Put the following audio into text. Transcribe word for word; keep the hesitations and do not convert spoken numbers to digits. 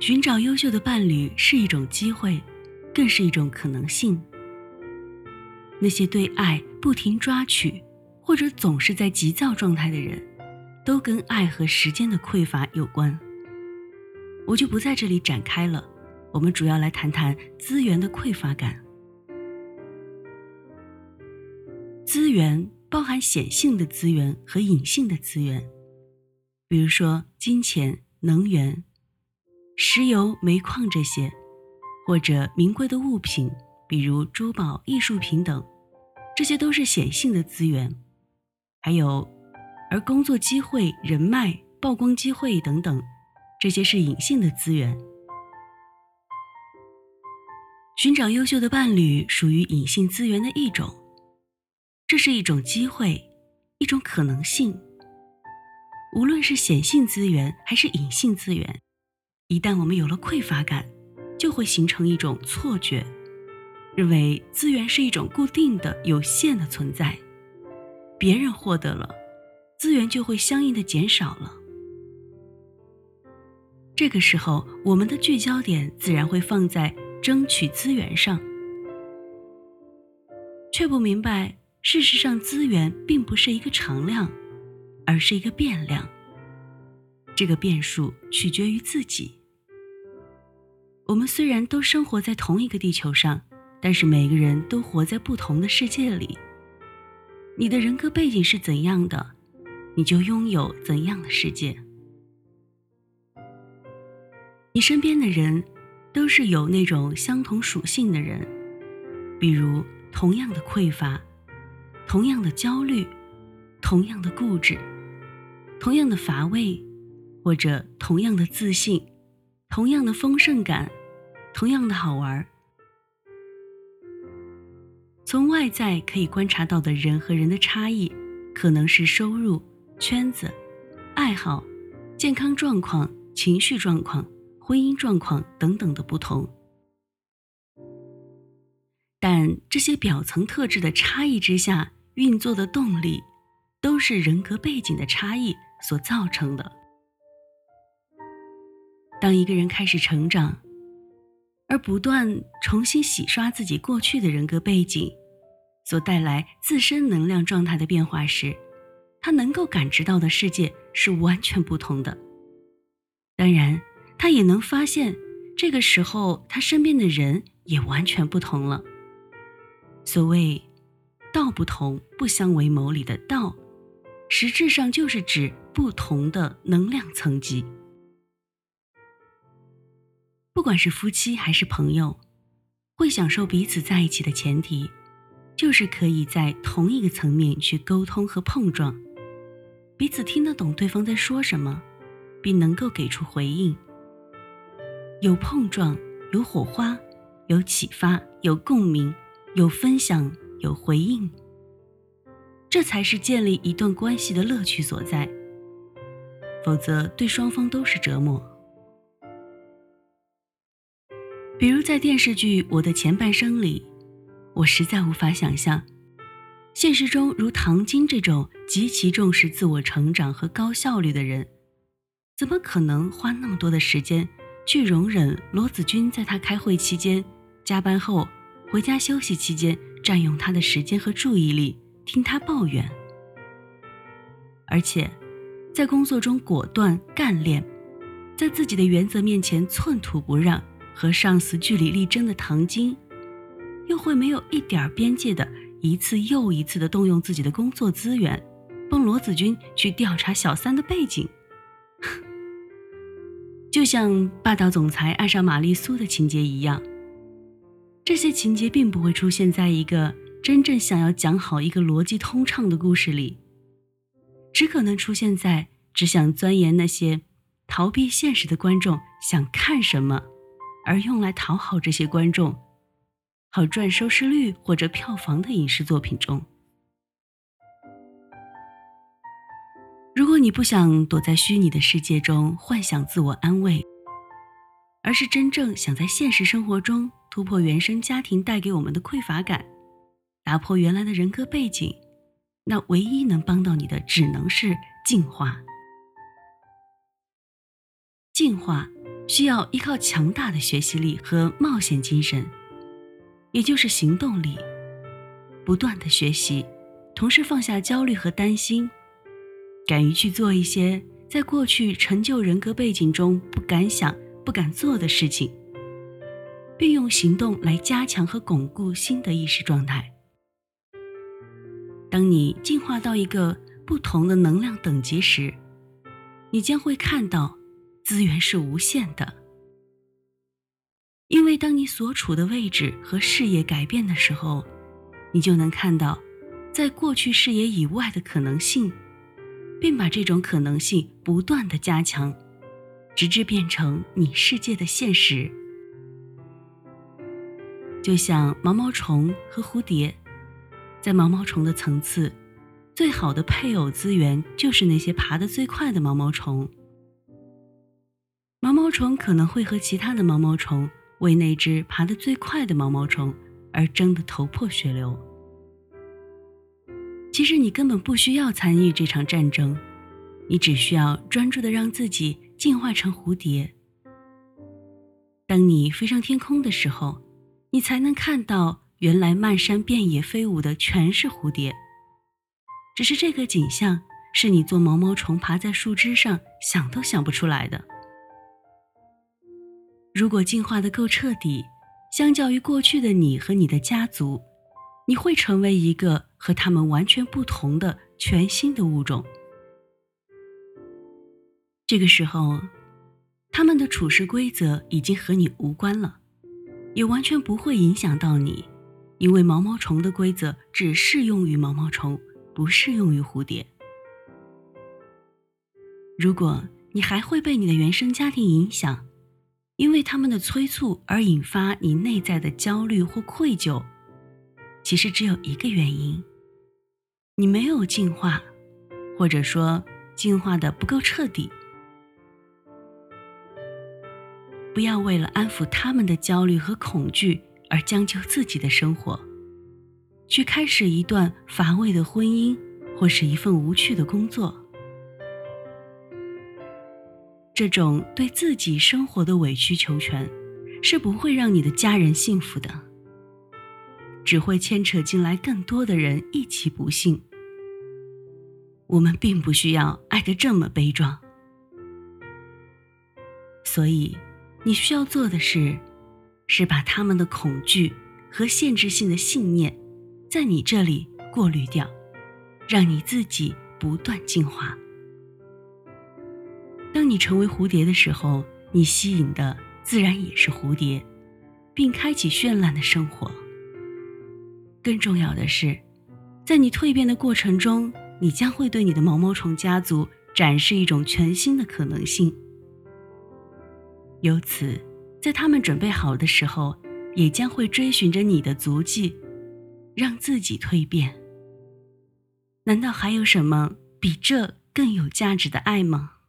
寻找优秀的伴侣是一种机会，更是一种可能性。那些对爱不停抓取，或者总是在急躁状态的人，都跟爱和时间的匮乏有关。我就不在这里展开了，我们主要来谈谈资源的匮乏感。资源包含显性的资源和隐性的资源，比如说金钱、能源、石油、煤矿这些，或者名贵的物品，比如珠宝、艺术品等，这些都是显性的资源。还有，而工作机会、人脉、曝光机会等等，这些是隐性的资源。寻找优秀的伴侣属于隐性资源的一种，这是一种机会，一种可能性。无论是显性资源还是隐性资源，一旦我们有了匮乏感，就会形成一种错觉，认为资源是一种固定的、有限的存在，别人获得了，资源就会相应的减少了。这个时候，我们的聚焦点自然会放在争取资源上，却不明白，事实上资源并不是一个常量，而是一个变量。这个变数取决于自己。我们虽然都生活在同一个地球上，但是每个人都活在不同的世界里。你的人格背景是怎样的，你就拥有怎样的世界。你身边的人都是有那种相同属性的人，比如同样的匮乏，同样的焦虑，同样的固执，同样的乏味，或者同样的自信，同样的丰盛感，同样的好玩。从外在可以观察到的人和人的差异，可能是收入、圈子、爱好、健康状况、情绪状况、婚姻状况等等的不同。但这些表层特质的差异之下运作的动力，都是人格背景的差异所造成的。当一个人开始成长，而不断重新洗刷自己过去的人格背景所带来自身能量状态的变化时，他能够感知到的世界是完全不同的。当然，他也能发现，这个时候他身边的人也完全不同了。所谓道不同不相为谋里的道，实质上就是指不同的能量层级。不管是夫妻还是朋友，会享受彼此在一起的前提，就是可以在同一个层面去沟通和碰撞，彼此听得懂对方在说什么，并能够给出回应。有碰撞，有火花，有启发，有共鸣，有分享，有回应，这才是建立一段关系的乐趣所在，否则对双方都是折磨。比如在电视剧《我的前半生》里，我实在无法想象，现实中如唐晶这种极其重视自我成长和高效率的人，怎么可能花那么多的时间去容忍罗子君在他开会期间、加班后、回家休息期间占用他的时间和注意力，听他抱怨。而且在工作中果断干练，在自己的原则面前寸土不让，和上司据理力争的唐晶，又会没有一点边界的一次又一次的动用自己的工作资源，帮罗子君去调查小三的背景。就像霸道总裁爱上玛丽苏的情节一样，这些情节并不会出现在一个真正想要讲好一个逻辑通畅的故事里，只可能出现在只想钻研那些逃避现实的观众想看什么，而用来讨好这些观众，好赚收视率或者票房的影视作品中。如果你不想躲在虚拟的世界中幻想自我安慰，而是真正想在现实生活中突破原生家庭带给我们的匮乏感，打破原来的人格背景，那唯一能帮到你的只能是进化。进化需要依靠强大的学习力和冒险精神，也就是行动力，不断的学习，同时放下焦虑和担心，敢于去做一些在过去成就人格背景中不敢想、不敢做的事情，并用行动来加强和巩固新的意识状态。当你进化到一个不同的能量等级时，你将会看到资源是无限的。因为当你所处的位置和视野改变的时候，你就能看到在过去视野以外的可能性，并把这种可能性不断地加强，直至变成你世界的现实。就像毛毛虫和蝴蝶，在毛毛虫的层次，最好的配偶资源就是那些爬得最快的毛毛虫。毛毛虫可能会和其他的毛毛虫为那只爬得最快的毛毛虫而争得头破血流。其实你根本不需要参与这场战争，你只需要专注地让自己进化成蝴蝶。当你飞上天空的时候，你才能看到原来漫山遍野飞舞的全是蝴蝶，只是这个景象是你做毛毛虫爬在树枝上想都想不出来的。如果进化得够彻底，相较于过去的你和你的家族，你会成为一个和他们完全不同的全新的物种。这个时候，他们的处事规则已经和你无关了，也完全不会影响到你，因为毛毛虫的规则只适用于毛毛虫，不适用于蝴蝶。如果你还会被你的原生家庭影响，因为他们的催促而引发你内在的焦虑或愧疚，其实只有一个原因：你没有进化，或者说进化得不够彻底。不要为了安抚他们的焦虑和恐惧而将就自己的生活，去开始一段乏味的婚姻或是一份无趣的工作。这种对自己生活的委曲求全是不会让你的家人幸福的，只会牵扯进来更多的人一起不幸。我们并不需要爱得这么悲壮，所以你需要做的是，是把他们的恐惧和限制性的信念在你这里过滤掉，让你自己不断进化。当你成为蝴蝶的时候，你吸引的自然也是蝴蝶，并开启绚烂的生活。更重要的是，在你蜕变的过程中，你将会对你的毛毛虫家族展示一种全新的可能性。由此，在他们准备好的时候，也将会追寻着你的足迹，让自己蜕变。难道还有什么比这更有价值的爱吗？